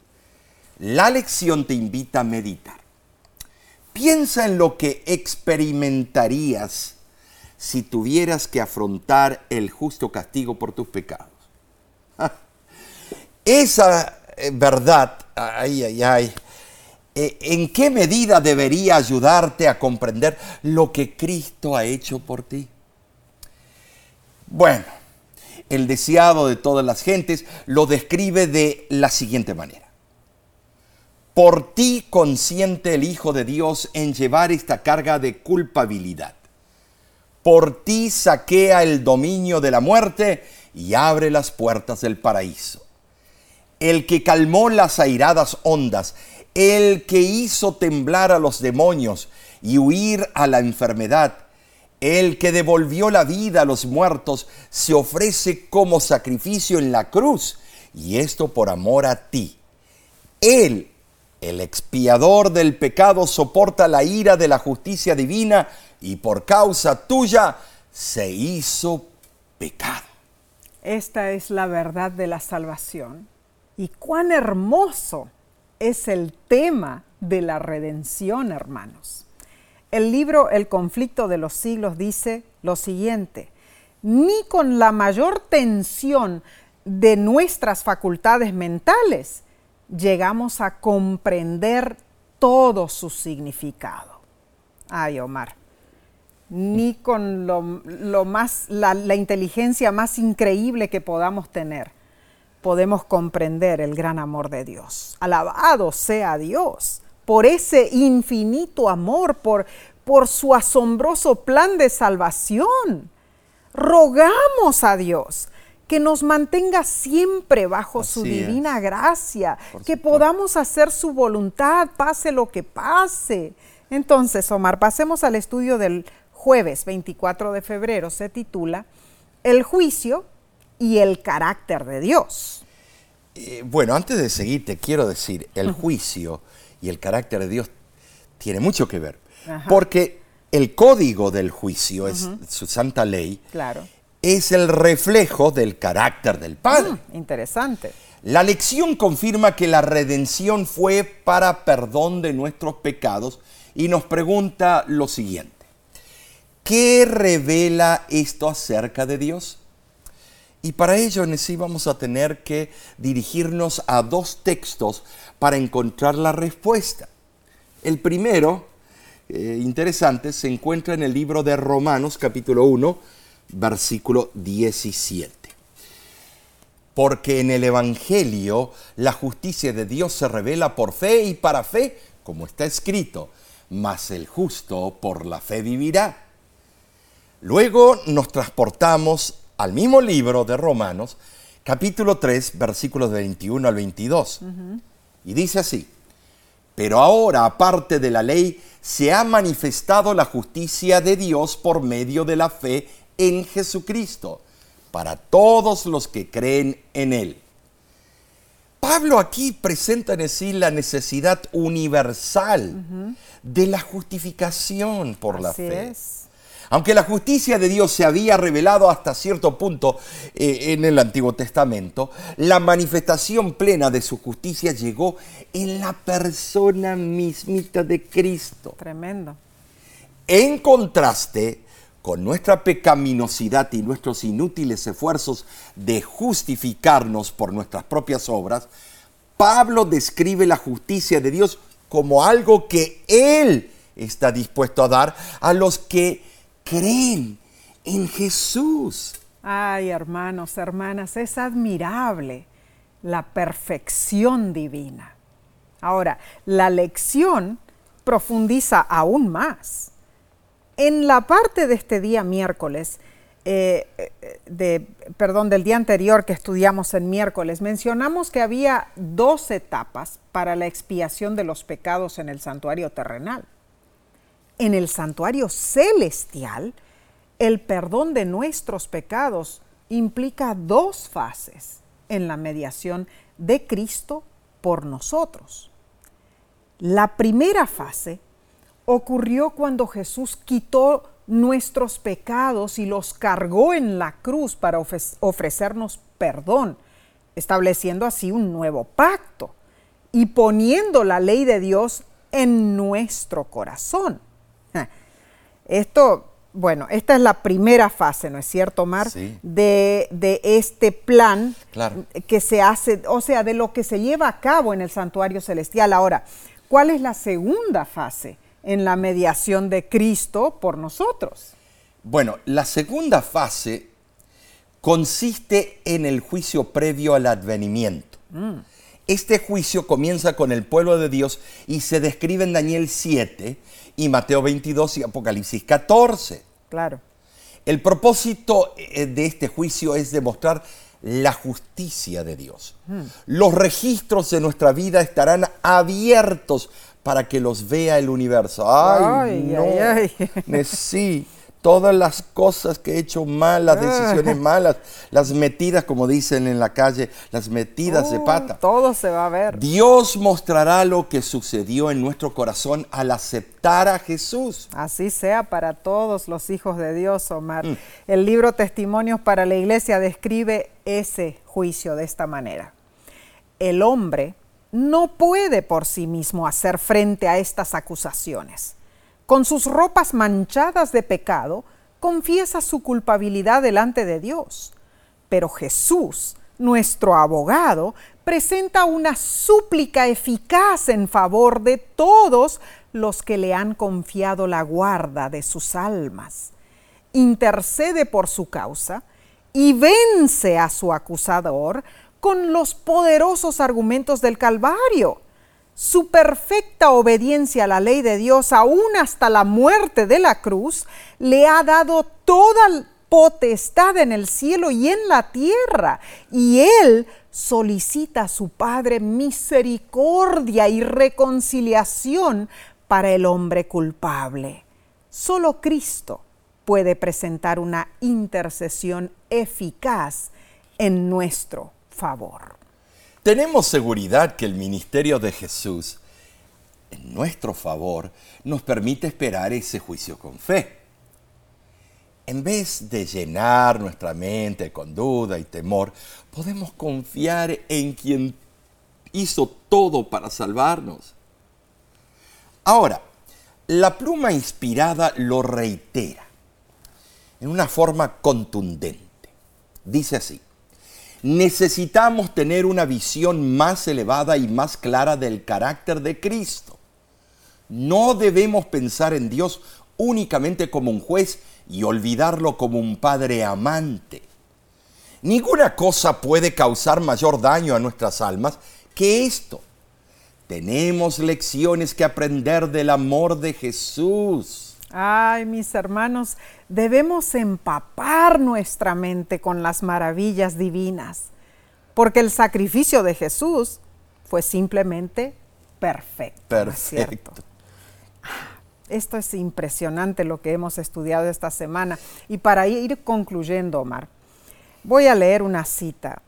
[SPEAKER 2] La lección te invita a meditar. Piensa en lo que experimentarías si tuvieras que afrontar el justo castigo por tus pecados. Esa verdad, ¿en qué medida debería ayudarte a comprender lo que Cristo ha hecho por ti? Bueno, el deseado de todas las gentes lo describe de la siguiente manera. Por ti consiente el Hijo de Dios en llevar esta carga de culpabilidad. Por ti saquea el dominio de la muerte y abre las puertas del paraíso. El que calmó las airadas ondas, el que hizo temblar a los demonios y huir a la enfermedad, el que devolvió la vida a los muertos, se ofrece como sacrificio en la cruz, y esto por amor a ti. Él, el expiador del pecado, soporta la ira de la justicia divina y por causa tuya se hizo pecado.
[SPEAKER 1] Esta es la verdad de la salvación. Y cuán hermoso es el tema de la redención, hermanos. El libro El conflicto de los siglos dice lo siguiente: ni con la mayor tensión de nuestras facultades mentales llegamos a comprender todo su significado. Ay, Omar, ni con la inteligencia más increíble que podamos tener podemos comprender el gran amor de Dios. Alabado sea Dios por ese infinito amor, por su asombroso plan de salvación. Rogamos a Dios que nos mantenga siempre bajo su divina gracia, que podamos hacer su voluntad, pase lo que pase. Entonces, Omar, pasemos al estudio del jueves 24 de febrero se titula El juicio y el carácter de Dios.
[SPEAKER 2] Bueno, antes de seguir te quiero decir, el juicio y el carácter de Dios tiene mucho que ver.
[SPEAKER 1] Ajá.
[SPEAKER 2] Porque el código del juicio, es su santa ley,
[SPEAKER 1] Claro.
[SPEAKER 2] es el reflejo del carácter del Padre.
[SPEAKER 1] Interesante.
[SPEAKER 2] La lección confirma que la redención fue para perdón de nuestros pecados y nos pregunta lo siguiente: ¿qué revela esto acerca de Dios? Y para ello en sí vamos a tener que dirigirnos a dos textos para encontrar la respuesta. El primero, interesante, se encuentra en el libro de Romanos, capítulo 1, versículo 17. Porque en el Evangelio la justicia de Dios se revela por fe y para fe, como está escrito, mas el justo por la fe vivirá. Luego nos transportamos al mismo libro de Romanos, capítulo 3, versículos 21 al 22. Y dice así: pero ahora, aparte de la ley, se ha manifestado la justicia de Dios por medio de la fe en Jesucristo, para todos los que creen en Él. Pablo aquí presenta en sí la necesidad universal de la justificación por la
[SPEAKER 1] Así
[SPEAKER 2] fe.
[SPEAKER 1] es.
[SPEAKER 2] Aunque la justicia de Dios se había revelado hasta cierto punto en el Antiguo Testamento, la manifestación plena de su justicia llegó en la persona mismita de Cristo.
[SPEAKER 1] Tremendo.
[SPEAKER 2] En contraste con nuestra pecaminosidad y nuestros inútiles esfuerzos de justificarnos por nuestras propias obras, Pablo describe la justicia de Dios como algo que Él está dispuesto a dar a los que creen en Jesús.
[SPEAKER 1] Ay, hermanos, hermanas, es admirable la perfección divina. Ahora, la lección profundiza aún más. En la parte de este día miércoles, del día anterior que estudiamos en miércoles, mencionamos que había 2 etapas para la expiación de los pecados en el santuario terrenal. En el santuario celestial, el perdón de nuestros pecados implica 2 fases en la mediación de Cristo por nosotros. La primera fase ocurrió cuando Jesús quitó nuestros pecados y los cargó en la cruz para ofrecernos perdón, estableciendo así un nuevo pacto y poniendo la ley de Dios en nuestro corazón. Esta es la primera fase, ¿no es cierto, Omar?
[SPEAKER 2] Sí.
[SPEAKER 1] De este plan
[SPEAKER 2] Claro.
[SPEAKER 1] que se hace, o sea, de lo que se lleva a cabo en el santuario celestial. Ahora, ¿cuál es la segunda fase en la mediación de Cristo por nosotros?
[SPEAKER 2] Bueno, la segunda fase consiste en el juicio previo al advenimiento. Este juicio comienza con el pueblo de Dios y se describe en Daniel 7 y Mateo 22 y Apocalipsis 14.
[SPEAKER 1] Claro.
[SPEAKER 2] El propósito de este juicio es demostrar la justicia de Dios. Los registros de nuestra vida estarán abiertos para que los vea el universo. ¡Ay, no! Sí, todas las cosas que he hecho mal, las decisiones malas, las metidas, como dicen en la calle, las metidas de pata.
[SPEAKER 1] Todo se va a ver.
[SPEAKER 2] Dios mostrará lo que sucedió en nuestro corazón al aceptar a Jesús.
[SPEAKER 1] Así sea para todos los hijos de Dios, Omar. El libro Testimonios para la Iglesia describe ese juicio de esta manera. El hombre no puede por sí mismo hacer frente a estas acusaciones. Con sus ropas manchadas de pecado, confiesa su culpabilidad delante de Dios. Pero Jesús, nuestro abogado, presenta una súplica eficaz en favor de todos los que le han confiado la guarda de sus almas. Intercede por su causa y vence a su acusador con los poderosos argumentos del Calvario. Su perfecta obediencia a la ley de Dios, aún hasta la muerte de la cruz, le ha dado toda potestad en el cielo y en la tierra. Y Él solicita a su Padre misericordia y reconciliación para el hombre culpable. Solo Cristo puede presentar una intercesión eficaz en nuestro favor.
[SPEAKER 2] Tenemos seguridad que el ministerio de Jesús en nuestro favor nos permite esperar ese juicio con fe. En vez de llenar nuestra mente con duda y temor, podemos confiar en quien hizo todo para salvarnos. Ahora, la pluma inspirada lo reitera en una forma contundente. Dice así: necesitamos tener una visión más elevada y más clara del carácter de Cristo. No debemos pensar en Dios únicamente como un juez y olvidarlo como un padre amante. Ninguna cosa puede causar mayor daño a nuestras almas que esto. Tenemos lecciones que aprender del amor de Jesús.
[SPEAKER 1] Ay, mis hermanos, debemos empapar nuestra mente con las maravillas divinas, porque el sacrificio de Jesús fue simplemente perfecto.
[SPEAKER 2] Perfecto.
[SPEAKER 1] Esto es impresionante lo que hemos estudiado esta semana. Y para ir concluyendo, Omar, voy a leer una cita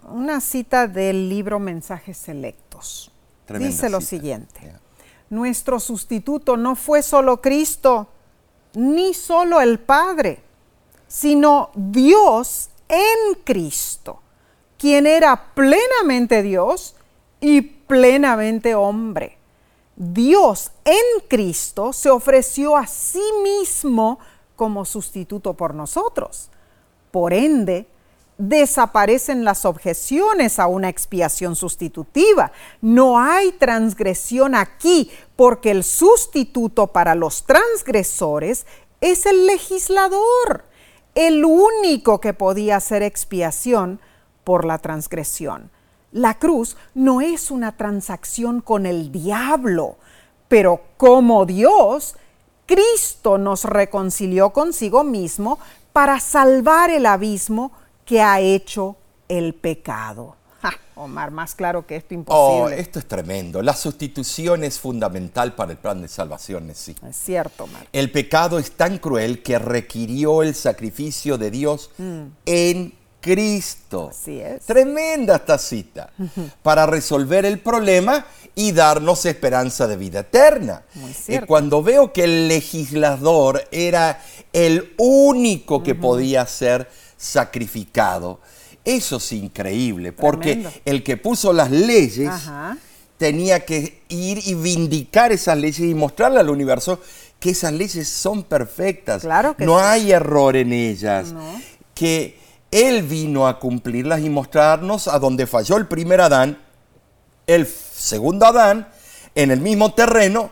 [SPEAKER 1] del libro Mensajes Selectos.
[SPEAKER 2] Tremenda
[SPEAKER 1] Dice lo
[SPEAKER 2] cita.
[SPEAKER 1] siguiente:
[SPEAKER 2] Yeah.
[SPEAKER 1] Nuestro sustituto no fue solo Cristo, ni solo el Padre, sino Dios en Cristo, quien era plenamente Dios y plenamente hombre. Dios en Cristo se ofreció a sí mismo como sustituto por nosotros. Por ende, desaparecen las objeciones a una expiación sustitutiva. No hay transgresión aquí, porque el sustituto para los transgresores es el legislador, el único que podía hacer expiación por la transgresión. La cruz no es una transacción con el diablo, pero como Dios, Cristo nos reconcilió consigo mismo para salvar el abismo que ha hecho el pecado. Omar, más claro que esto imposible.
[SPEAKER 2] Esto es tremendo. La sustitución es fundamental para el plan de salvación, sí.
[SPEAKER 1] Es cierto, Omar.
[SPEAKER 2] El pecado es tan cruel que requirió el sacrificio de Dios en Cristo.
[SPEAKER 1] Así es.
[SPEAKER 2] Tremenda esta cita. Para resolver el problema y darnos esperanza de vida eterna.
[SPEAKER 1] Muy cierto.
[SPEAKER 2] Cuando veo que el legislador era el único que podía ser sacrificado, eso es increíble, porque
[SPEAKER 1] Tremendo.
[SPEAKER 2] el que puso las leyes
[SPEAKER 1] Ajá.
[SPEAKER 2] tenía que ir y vindicar esas leyes y mostrarle al universo que esas leyes son perfectas.
[SPEAKER 1] Claro que
[SPEAKER 2] no
[SPEAKER 1] sí.
[SPEAKER 2] hay error en ellas.
[SPEAKER 1] No.
[SPEAKER 2] Que Él vino a cumplirlas y mostrarnos a donde falló el primer Adán, el segundo Adán, en el mismo terreno.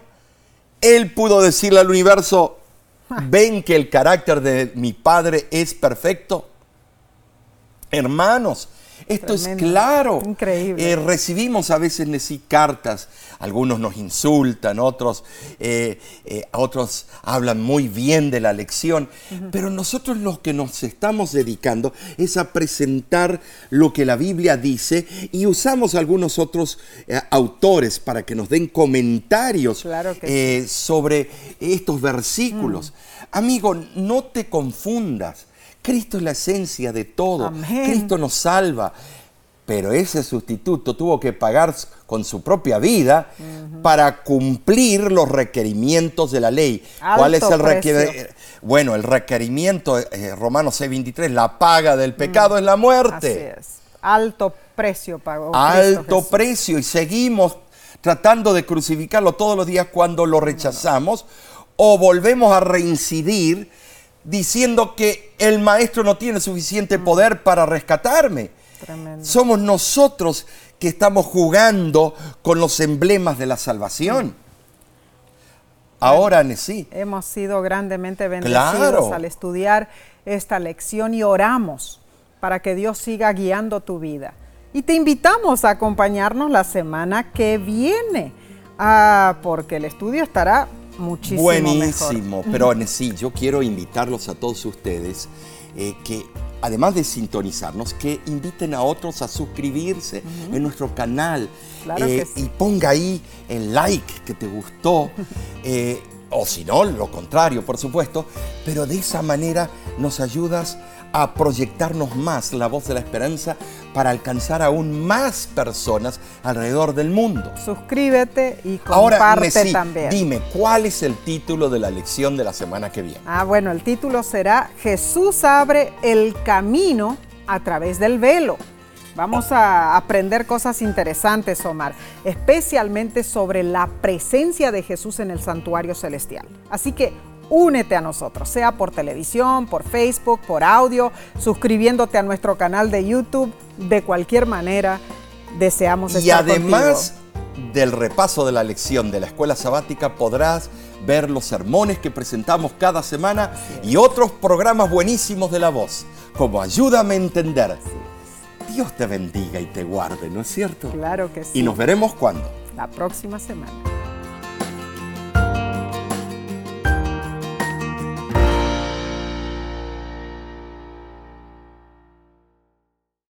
[SPEAKER 2] Él pudo decirle al universo: ¿ven que el carácter de mi Padre es perfecto? Hermanos, esto
[SPEAKER 1] Tremendo.
[SPEAKER 2] es claro.
[SPEAKER 1] Increíble.
[SPEAKER 2] Recibimos a veces cartas, algunos nos insultan, otros hablan muy bien de la lección, pero nosotros lo que nos estamos dedicando es a presentar lo que la Biblia dice y usamos algunos otros autores para que nos den comentarios
[SPEAKER 1] Claro que
[SPEAKER 2] sobre estos versículos. Amigo, no te confundas. Cristo es la esencia de todo.
[SPEAKER 1] Amén.
[SPEAKER 2] Cristo nos salva. Pero ese sustituto tuvo que pagar con su propia vida para cumplir los requerimientos de la ley. ¿Cuál es el requerimiento? Bueno, el requerimiento, Romanos 6:23, la paga del pecado es la muerte.
[SPEAKER 1] Así es. Alto precio pagó Cristo
[SPEAKER 2] Alto
[SPEAKER 1] Jesús.
[SPEAKER 2] precio. Y seguimos tratando de crucificarlo todos los días cuando lo rechazamos o volvemos a reincidir diciendo que el maestro no tiene suficiente poder para rescatarme.
[SPEAKER 1] Tremendo.
[SPEAKER 2] Somos nosotros que estamos jugando con los emblemas de la salvación. Ahora, sí.
[SPEAKER 1] Hemos sido grandemente bendecidos
[SPEAKER 2] Claro.
[SPEAKER 1] al estudiar esta lección y oramos para que Dios siga guiando tu vida. Y te invitamos a acompañarnos la semana que viene, porque el estudio estará muchísimo
[SPEAKER 2] Buenísimo,
[SPEAKER 1] mejor.
[SPEAKER 2] pero sí, yo quiero invitarlos a todos ustedes que además de sintonizarnos, que inviten a otros a suscribirse en nuestro canal.
[SPEAKER 1] Claro que sí.
[SPEAKER 2] Y ponga ahí el like que te gustó. o si no, lo contrario, por supuesto, pero de esa manera nos ayudas a proyectarnos más la voz de la esperanza para alcanzar aún más personas alrededor del mundo.
[SPEAKER 1] Suscríbete y
[SPEAKER 2] Ahora,
[SPEAKER 1] comparte también.
[SPEAKER 2] Dime, ¿cuál es el título de la lección de la semana que viene?
[SPEAKER 1] Bueno, el título será Jesús abre el camino a través del velo. Vamos a aprender cosas interesantes, Omar, especialmente sobre la presencia de Jesús en el santuario celestial. Así que únete a nosotros, sea por televisión, por Facebook, por audio, suscribiéndote a nuestro canal de YouTube. De cualquier manera, deseamos estar contigo.
[SPEAKER 2] Y además del repaso de la lección de la escuela sabática, podrás ver los sermones que presentamos cada semana y otros programas buenísimos de La Voz, como Ayúdame a Entender. Dios te bendiga y te guarde, ¿no es cierto?
[SPEAKER 1] Claro que sí.
[SPEAKER 2] Y nos veremos ¿cuándo?
[SPEAKER 1] La próxima semana.